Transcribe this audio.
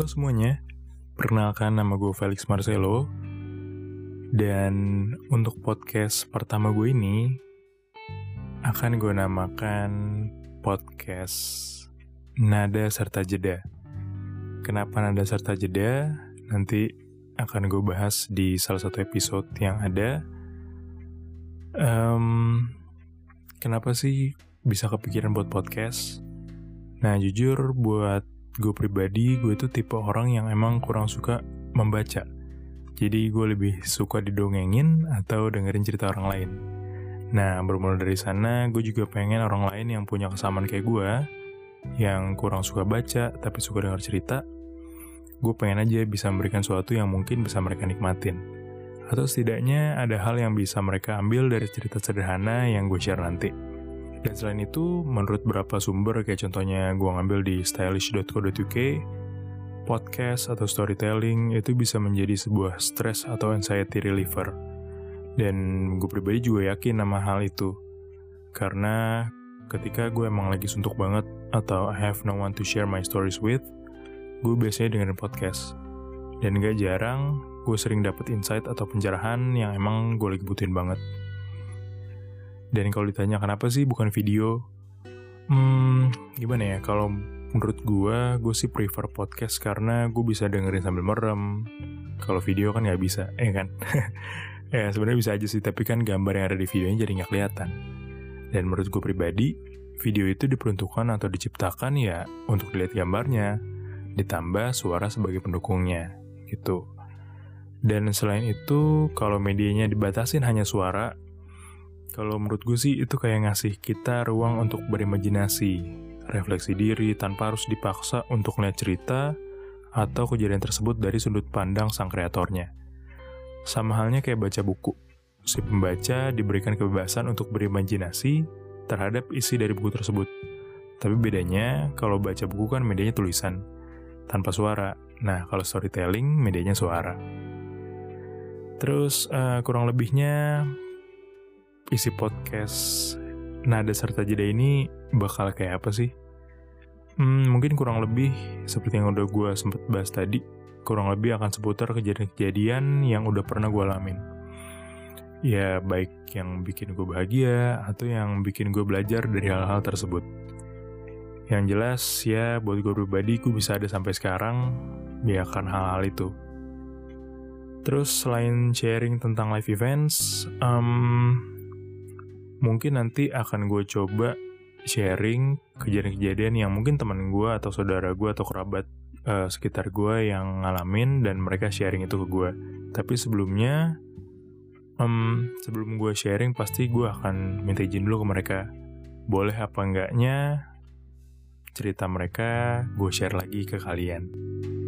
Halo semuanya, perkenalkan nama gue Felix Marcelo. Dan untuk podcast pertama gue ini akan gue namakan podcast Nada Serta Jeda. Kenapa Nada Serta Jeda? Nanti akan gue bahas di salah satu episode yang ada. Kenapa sih bisa kepikiran buat podcast? Nah jujur buat gue pribadi, gue tuh tipe orang yang emang kurang suka membaca. Jadi gue lebih suka didongengin atau dengerin cerita orang lain. Nah bermula dari sana, gue juga pengen orang lain yang punya kesamaan kayak gue, yang kurang suka baca tapi suka denger cerita. Gue pengen aja bisa memberikan sesuatu yang mungkin bisa mereka nikmatin. Atau setidaknya ada hal yang bisa mereka ambil dari cerita sederhana yang gue share nanti. Dan selain itu, menurut beberapa sumber, kayak contohnya gue ngambil di stylish.co.uk, podcast atau storytelling itu bisa menjadi sebuah stress atau anxiety reliever. Dan gue pribadi juga yakin sama hal itu. Karena ketika gue emang lagi suntuk banget atau I have no one to share my stories with, gue biasanya dengerin podcast. Dan gak jarang, gue sering dapet insight atau pencerahan yang emang gue lagi butuhin banget. Dan kalau ditanya kenapa sih bukan video? Gimana ya, kalau menurut gue sih prefer podcast karena gue bisa dengerin sambil merem. Kalau video kan gak bisa, kan? Ya sebenarnya bisa aja sih, tapi kan gambar yang ada di videonya jadi gak kelihatan. Dan menurut gue pribadi, video itu diperuntukkan atau diciptakan ya untuk dilihat gambarnya, ditambah suara sebagai pendukungnya, gitu. Dan selain itu, kalau medianya dibatasin hanya suara, kalau menurut gue sih itu kayak ngasih kita ruang untuk berimajinasi, refleksi diri tanpa harus dipaksa untuk ngeliat cerita atau kejadian tersebut dari sudut pandang sang kreatornya. Sama halnya kayak baca buku. Si pembaca diberikan kebebasan untuk berimajinasi terhadap isi dari buku tersebut. Tapi bedanya kalau baca buku kan medianya tulisan, tanpa suara. Nah kalau storytelling medianya suara. Terus kurang lebihnya isi podcast Nada Serta Jeda ini bakal kayak apa sih? Mungkin kurang lebih seperti yang udah gue sempet bahas tadi, kurang lebih akan seputar kejadian-kejadian yang udah pernah gue alamin. Ya baik yang bikin gue bahagia atau yang bikin gue belajar dari hal-hal tersebut. Yang jelas ya buat gue pribadi, gue bisa ada sampai sekarang ya kan hal-hal itu. Terus selain sharing tentang live events, mungkin nanti akan gue coba sharing kejadian-kejadian yang mungkin teman gue atau saudara gue atau kerabat sekitar gue yang ngalamin dan mereka sharing itu ke gue. Tapi sebelumnya, sebelum gue sharing pasti gue akan minta izin dulu ke mereka. Boleh apa enggaknya cerita mereka gue share lagi ke kalian.